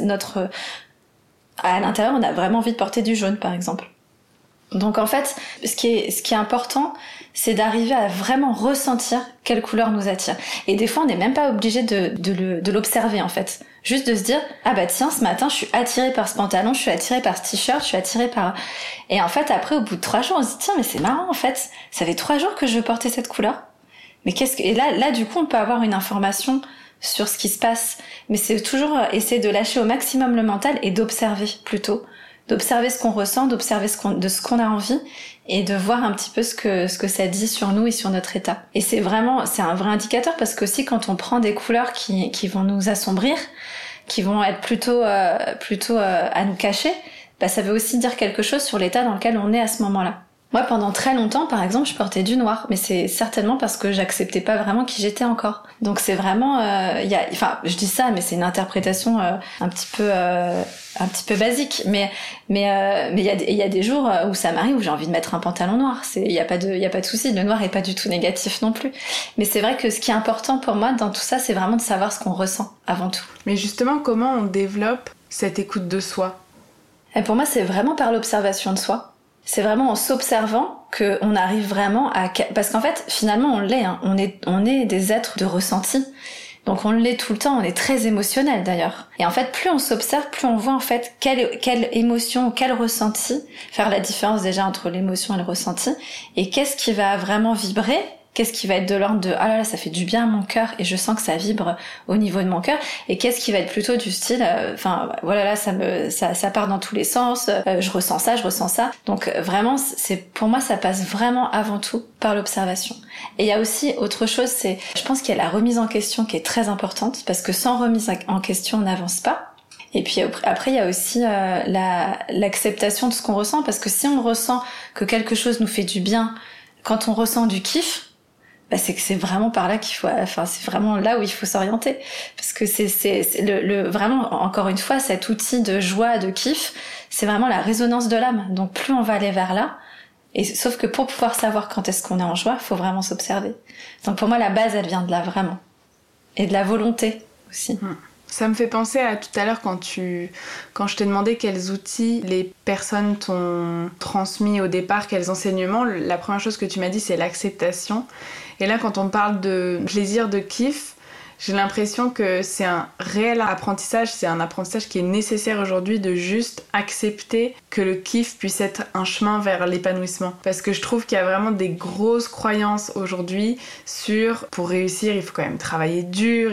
S2: à l'intérieur, on a vraiment envie de porter du jaune, par exemple. Donc en fait, ce qui est important, c'est d'arriver à vraiment ressentir quelle couleur nous attire. Et des fois, on n'est même pas obligé de l'observer en fait. Juste de se dire, ah bah tiens, ce matin, je suis attirée par ce pantalon, je suis attirée par ce t-shirt, je suis attirée par... Et en fait, après, au bout de 3 jours, on se dit, tiens, mais c'est marrant en fait, ça fait 3 jours que je veux porter cette couleur. Mais Et là, du coup, on peut avoir une information sur ce qui se passe. Mais c'est toujours essayer de lâcher au maximum le mental et d'observer plutôt. D'observer ce qu'on ressent, d'observer ce qu'on a envie et de voir un petit peu ce que ça dit sur nous et sur notre état. Et c'est un vrai indicateur parce que aussi quand on prend des couleurs qui vont nous assombrir, qui vont être plutôt à nous cacher, bah ça veut aussi dire quelque chose sur l'état dans lequel on est à ce moment-là. Moi, pendant très longtemps, par exemple, je portais du noir, mais c'est certainement parce que j'acceptais pas vraiment qui j'étais encore. Donc c'est vraiment, je dis ça, mais c'est une interprétation un petit peu basique. Mais il y a des jours où ça m'arrive où j'ai envie de mettre un pantalon noir. Il y a pas de souci. Le noir est pas du tout négatif non plus. Mais c'est vrai que ce qui est important pour moi dans tout ça, c'est vraiment de savoir ce qu'on ressent avant tout.
S3: Mais justement, comment on développe cette écoute de soi ?
S2: Et pour moi, c'est vraiment par l'observation de soi. C'est vraiment en s'observant qu'on arrive vraiment à... Parce qu'en fait, finalement, on l'est. Hein. On est des êtres de ressenti. Donc on l'est tout le temps. On est très émotionnel d'ailleurs. Et en fait, plus on s'observe, plus on voit en fait quelle émotion ou quel ressenti, faire la différence déjà entre l'émotion et le ressenti, et qu'est-ce qui va vraiment vibrer, qu'est-ce qui va être de l'ordre de « ah là là, ça fait du bien à mon cœur et je sens que ça vibre au niveau de mon cœur » et qu'est-ce qui va être plutôt du style « voilà là, ça part dans tous les sens, je ressens ça ». Donc vraiment, pour moi, ça passe vraiment avant tout par l'observation. Et il y a aussi autre chose, je pense qu'il y a la remise en question qui est très importante parce que sans remise en question, on n'avance pas. Et puis après, il y a aussi l'acceptation de ce qu'on ressent parce que si on ressent que quelque chose nous fait du bien, quand on ressent du kiff, c'est que c'est vraiment par là c'est vraiment là où il faut s'orienter. Parce que c'est vraiment, encore une fois, cet outil de joie, de kiff, c'est vraiment la résonance de l'âme. Donc plus on va aller vers là, et sauf que pour pouvoir savoir quand est-ce qu'on est en joie, il faut vraiment s'observer. Donc pour moi, la base, elle vient de là, vraiment. Et de la volonté aussi.
S3: Ça me fait penser à tout à l'heure quand je t'ai demandé quels outils les personnes t'ont transmis au départ, quels enseignements. La première chose que tu m'as dit, c'est l'acceptation. Et là, quand on parle de plaisir, de kiff, j'ai l'impression que c'est un réel apprentissage, c'est un apprentissage qui est nécessaire aujourd'hui de juste accepter que le kiff puisse être un chemin vers l'épanouissement. Parce que je trouve qu'il y a vraiment des grosses croyances aujourd'hui pour réussir, il faut quand même travailler dur,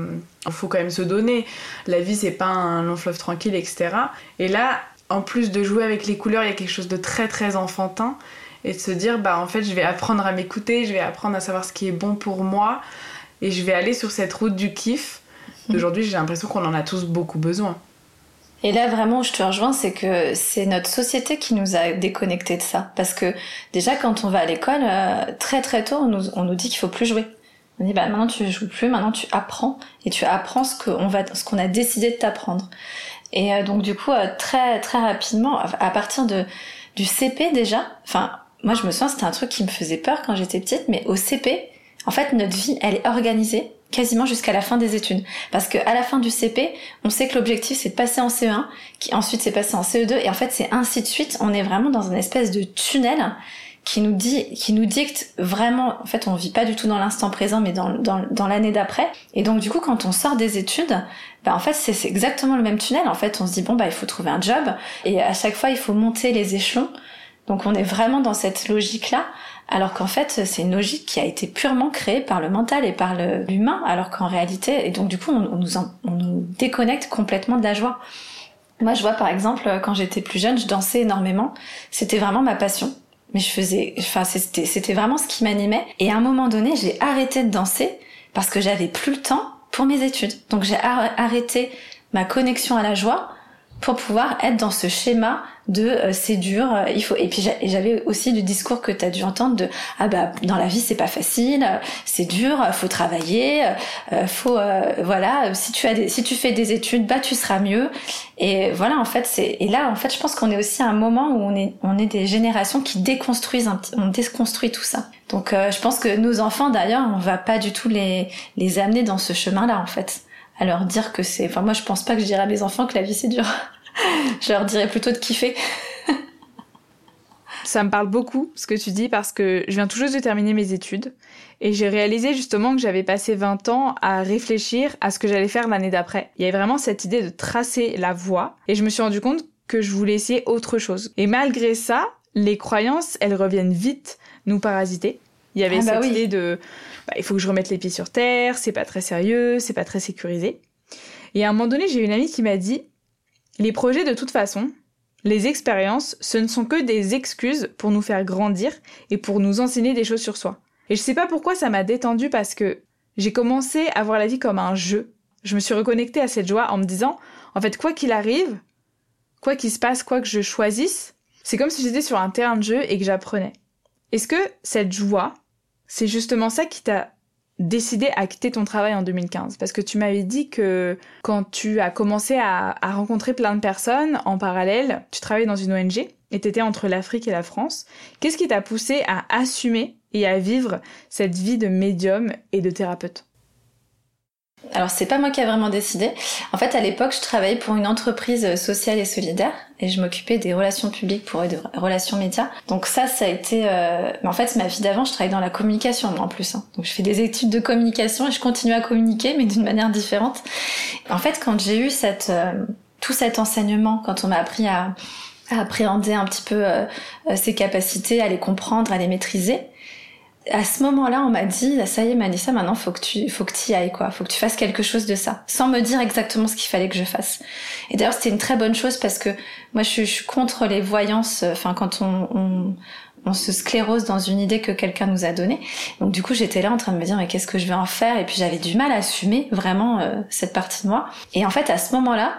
S3: il faut quand même se donner. La vie, c'est pas un long fleuve tranquille, etc. Et là, en plus de jouer avec les couleurs, il y a quelque chose de très très enfantin. Et de se dire, en fait, je vais apprendre à m'écouter, je vais apprendre à savoir ce qui est bon pour moi, et je vais aller sur cette route du kiff. Aujourd'hui, j'ai l'impression qu'on en a tous beaucoup besoin.
S2: Et là, vraiment, où je te rejoins, c'est que c'est notre société qui nous a déconnectés de ça. Parce que déjà, quand on va à l'école, très très tôt, on nous dit qu'il faut plus jouer. On dit, maintenant tu joues plus, maintenant tu apprends, et tu apprends ce qu'on a décidé de t'apprendre. Et donc, du coup, très très rapidement, à partir du CP déjà, moi, je me souviens, c'était un truc qui me faisait peur quand j'étais petite, mais au CP, en fait, notre vie, elle est organisée quasiment jusqu'à la fin des études. Parce que à la fin du CP, on sait que l'objectif, c'est de passer en CE1, qui ensuite c'est passer en CE2, et en fait, c'est ainsi de suite. On est vraiment dans une espèce de tunnel qui nous dicte vraiment, en fait, on vit pas du tout dans l'instant présent, mais dans l'année d'après. Et donc, du coup, quand on sort des études, en fait, c'est exactement le même tunnel. En fait, on se dit, il faut trouver un job, et à chaque fois, il faut monter les échelons. Donc on est vraiment dans cette logique-là, alors qu'en fait c'est une logique qui a été purement créée par le mental et par l'humain, alors qu'en réalité, et donc du coup on nous déconnecte complètement de la joie. Moi je vois par exemple quand j'étais plus jeune, je dansais énormément, c'était vraiment ma passion, mais c'était vraiment ce qui m'animait, et à un moment donné j'ai arrêté de danser parce que j'avais plus le temps pour mes études. Donc j'ai arrêté ma connexion à la joie pour pouvoir être dans ce schéma de c'est dur, il faut. Et puis j'avais aussi du discours que t'as dû entendre de dans la vie c'est pas facile, c'est dur, faut travailler, si tu fais des études, tu seras mieux. Et voilà, en fait je pense qu'on est aussi à un moment où on est des générations qui on déconstruit tout ça. Donc je pense que nos enfants d'ailleurs, on va pas du tout les amener dans ce chemin-là en fait. À leur dire que moi je pense pas que je dirais à mes enfants que la vie c'est dur. Je leur dirais plutôt de kiffer.
S1: Ça me parle beaucoup ce que tu dis parce que je viens tout juste de terminer mes études et j'ai réalisé justement que j'avais passé 20 ans à réfléchir à ce que j'allais faire l'année d'après. Il y avait vraiment cette idée de tracer la voie et je me suis rendu compte que je voulais essayer autre chose. Et malgré ça, les croyances, elles reviennent vite nous parasiter. Il y avait cette idée de il faut que je remette les pieds sur terre, c'est pas très sérieux, c'est pas très sécurisé. Et à un moment donné, j'ai une amie qui m'a dit les projets de toute façon, les expériences, ce ne sont que des excuses pour nous faire grandir et pour nous enseigner des choses sur soi. Et je sais pas pourquoi ça m'a détendue parce que j'ai commencé à voir la vie comme un jeu. Je me suis reconnectée à cette joie en me disant en fait quoi qu'il arrive, quoi qu'il se passe, quoi que je choisisse, C'est comme si j'étais sur un terrain de jeu et que j'apprenais. Est-ce que cette joie, c'est justement ça qui t'a décidé à quitter ton travail en 2015? Parce que tu m'avais dit que quand tu as commencé à rencontrer plein de personnes en parallèle, tu travaillais dans une ONG et tu étais entre l'Afrique et la France. Qu'est-ce qui t'a poussé à assumer et à vivre cette vie de médium et de thérapeute?
S2: Alors c'est pas moi qui a vraiment décidé. En fait, à l'époque, je travaillais pour une entreprise sociale et solidaire et je m'occupais des relations publiques pour eux, des relations médias. Donc ça a été... Mais en fait, ma vie d'avant, je travaillais dans la communication, moi, en plus. Donc je fais des études de communication et je continue à communiquer, mais d'une manière différente. En fait, quand j'ai eu tout cet enseignement, quand on m'a appris à appréhender un petit peu ses capacités, à les comprendre, à les maîtriser, à ce moment-là, on m'a dit, ça y est, Malissa, maintenant, faut que tu y ailles, quoi. Faut que tu fasses quelque chose de ça. Sans me dire exactement ce qu'il fallait que je fasse. Et d'ailleurs, c'était une très bonne chose parce que moi, je suis contre les voyances, quand on se sclérose dans une idée que quelqu'un nous a donnée. Donc, du coup, j'étais là en train de me dire, mais qu'est-ce que je vais en faire? Et puis, j'avais du mal à assumer vraiment, cette partie de moi. Et en fait, à ce moment-là,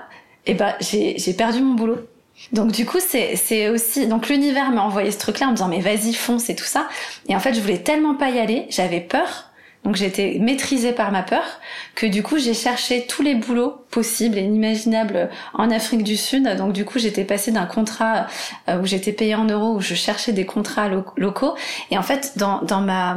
S2: j'ai perdu mon boulot. Donc du coup c'est aussi, donc l'univers m'a envoyé ce truc là en me disant mais vas-y fonce et tout ça, et en fait je voulais tellement pas y aller, j'avais peur, donc j'étais maîtrisée par ma peur, que du coup j'ai cherché tous les boulots possibles et inimaginables en Afrique du Sud. Donc du coup j'étais passée d'un contrat où j'étais payée en euros, où je cherchais des contrats locaux, et en fait dans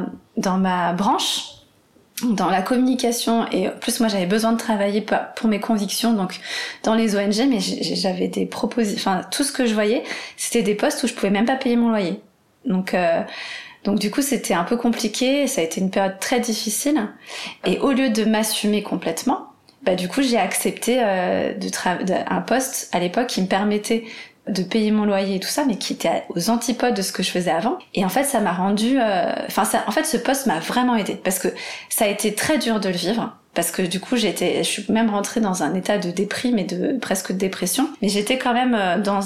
S2: ma branche, dans la communication, et plus moi j'avais besoin de travailler pour mes convictions, donc dans les ONG, mais j'avais des propositions, tout ce que je voyais c'était des postes où je pouvais même pas payer mon loyer, donc du coup c'était un peu compliqué, ça a été une période très difficile, et au lieu de m'assumer complètement, du coup j'ai accepté un poste à l'époque qui me permettait de payer mon loyer et tout ça, mais qui était aux antipodes de ce que je faisais avant. Et en fait, ça m'a rendu... ce poste m'a vraiment aidée, parce que ça a été très dur de le vivre, parce que du coup, je suis même rentrée dans un état de déprime et presque de dépression. Mais j'étais quand même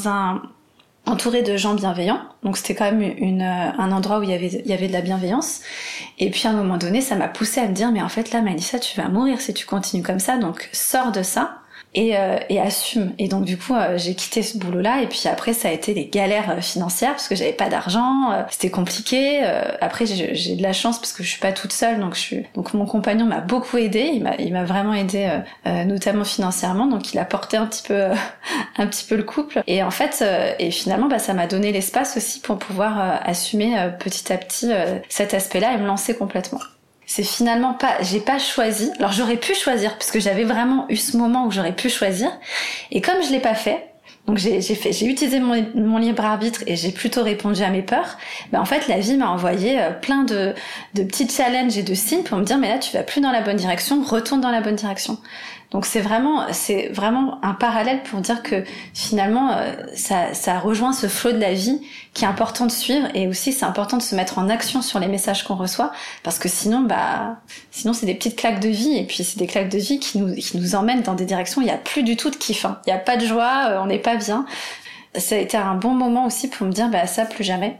S2: entourée de gens bienveillants, donc c'était quand même un endroit où il y avait de la bienveillance. Et puis à un moment donné, ça m'a poussée à me dire, mais en fait là, Malissa, tu vas mourir si tu continues comme ça, donc sors de ça. Et assume. Et donc du coup j'ai quitté ce boulot là, et puis après ça a été des galères financières parce que j'avais pas d'argent, c'était compliqué. Après j'ai de la chance parce que je suis pas toute seule, donc mon compagnon m'a beaucoup aidé, il m'a vraiment aidé notamment financièrement, donc il a porté un petit peu le couple, et en fait et finalement ça m'a donné l'espace aussi pour pouvoir assumer petit à petit cet aspect-là et me lancer complètement. C'est finalement j'ai pas choisi. Alors j'aurais pu choisir, parce que j'avais vraiment eu ce moment où j'aurais pu choisir. Et comme je l'ai pas fait, donc j'ai utilisé mon libre arbitre et j'ai plutôt répondu à mes peurs. En fait, la vie m'a envoyé plein de petits challenges et de signes pour me dire, mais là tu vas plus dans la bonne direction, retourne dans la bonne direction. Donc c'est vraiment un parallèle pour dire que finalement ça rejoint ce flot de la vie qui est important de suivre, et aussi c'est important de se mettre en action sur les messages qu'on reçoit, parce que sinon c'est des petites claques de vie, et puis c'est des claques de vie qui nous emmènent dans des directions où il y a plus du tout de kiff, il y a pas de joie, on n'est pas bien. Ça a été un bon moment aussi pour me dire ça plus jamais.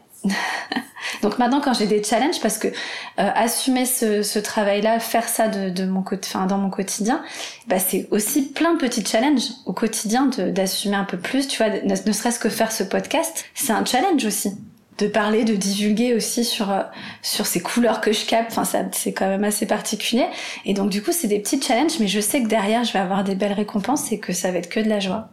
S2: Donc maintenant quand j'ai des challenges, parce que assumer ce travail-là, faire ça dans mon quotidien, c'est aussi plein de petits challenges au quotidien d'assumer un peu plus, tu vois, ne serait-ce que faire ce podcast, c'est un challenge aussi. De parler, de divulguer aussi sur ces couleurs que je capte, c'est quand même assez particulier. Et donc du coup c'est des petits challenges, mais je sais que derrière je vais avoir des belles récompenses et que ça va être que de la joie.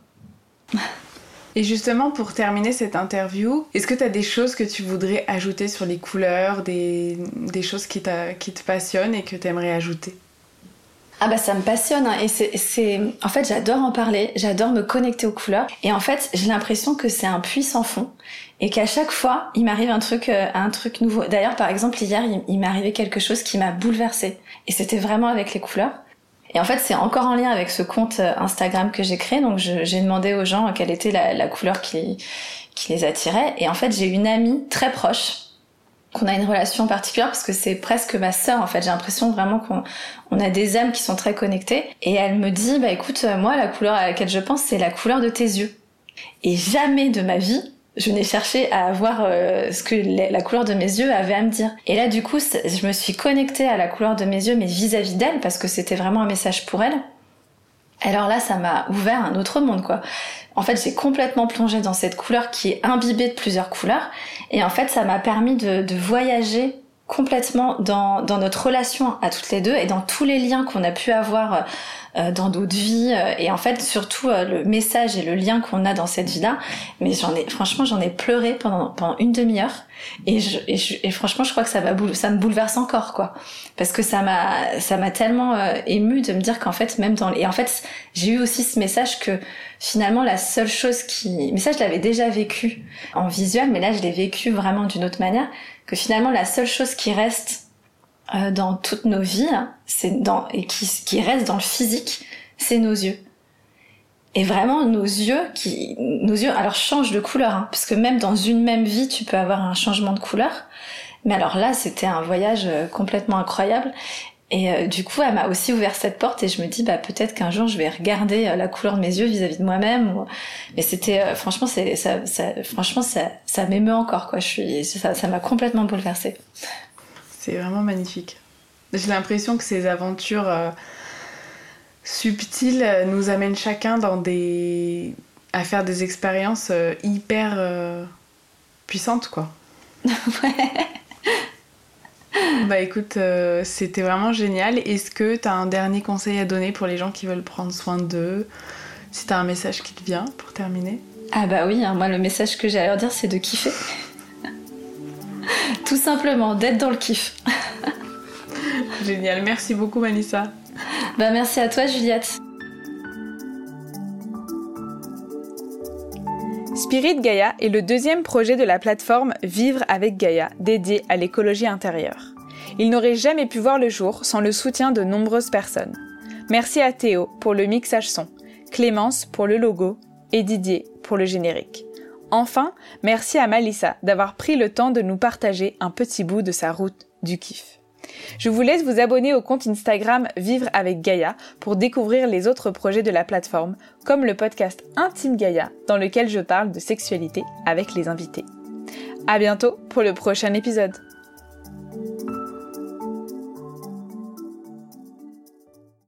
S3: Et justement, pour terminer cette interview, est-ce que tu as des choses que tu voudrais ajouter sur les couleurs, des choses qui te passionnent et que tu aimerais ajouter?
S2: Ça me passionne, hein, et en fait j'adore en parler, j'adore me connecter aux couleurs, et en fait j'ai l'impression que c'est un puits sans fond, et qu'à chaque fois il m'arrive un truc nouveau. D'ailleurs par exemple hier il m'est arrivé quelque chose qui m'a bouleversée, et c'était vraiment avec les couleurs. Et en fait, c'est encore en lien avec ce compte Instagram que j'ai créé. Donc, j'ai demandé aux gens quelle était la couleur qui les attirait. Et en fait, j'ai une amie très proche, qu'on a une relation particulière parce que c'est presque ma sœur. En fait, j'ai l'impression vraiment qu'on a des âmes qui sont très connectées. Et elle me dit, écoute, moi, la couleur à laquelle je pense, c'est la couleur de tes yeux. Et jamais de ma vie, je n'ai cherché à voir ce que la couleur de mes yeux avait à me dire. Et là, du coup, je me suis connectée à la couleur de mes yeux, mais vis-à-vis d'elle, parce que c'était vraiment un message pour elle. Alors là, ça m'a ouvert un autre monde, quoi. En fait, j'ai complètement plongé dans cette couleur qui est imbibée de plusieurs couleurs. Et en fait, ça m'a permis de voyager complètement dans notre relation à toutes les deux et dans tous les liens qu'on a pu avoir dans d'autres vies. Et en fait, surtout le message et le lien qu'on a dans cette vie-là. Mais franchement, j'en ai pleuré pendant une demi-heure. Et franchement, je crois que ça me bouleverse encore, quoi. Parce que ça m'a tellement émue de me dire qu'en fait, et en fait, j'ai eu aussi ce message que finalement, la seule chose mais ça, je l'avais déjà vécu en visuel, mais là, je l'ai vécu vraiment d'une autre manière, que finalement, la seule chose qui reste dans toutes nos vies, et qui reste dans le physique, c'est nos yeux. Et vraiment, nos yeux, alors, changent de couleur, hein, parce que même dans une même vie, tu peux avoir un changement de couleur. Mais alors là, c'était un voyage complètement incroyable. Et du coup, elle m'a aussi ouvert cette porte et je me dis, peut-être qu'un jour, je vais regarder la couleur de mes yeux vis-à-vis de moi-même. Mais c'était, franchement, ça m'émeut encore, quoi. Ça m'a complètement bouleversée.
S3: C'est vraiment magnifique. J'ai l'impression que ces aventures subtiles nous amènent chacun à faire des expériences hyper puissantes, quoi.
S2: Ouais.
S3: Écoute, c'était vraiment génial. Est-ce que t'as un dernier conseil à donner pour les gens qui veulent prendre soin d'eux? Si t'as un message qui te vient pour terminer.
S2: Ah oui, hein, moi le message que j'ai à leur dire, c'est de kiffer. Tout simplement, d'être dans le kiff.
S3: Génial, merci beaucoup Malissa.
S2: Merci à toi Juliette.
S1: Spirit Gaia est le deuxième projet de la plateforme Vivre avec Gaia, dédié à l'écologie intérieure. Il n'aurait jamais pu voir le jour sans le soutien de nombreuses personnes. Merci à Théo pour le mixage son, Clémence pour le logo et Didier pour le générique. Enfin, merci à Malissa d'avoir pris le temps de nous partager un petit bout de sa route du kiff. Je vous laisse vous abonner au compte Instagram Vivre avec Gaia pour découvrir les autres projets de la plateforme, comme le podcast Intime Gaia, dans lequel je parle de sexualité avec les invités. À bientôt pour le prochain épisode.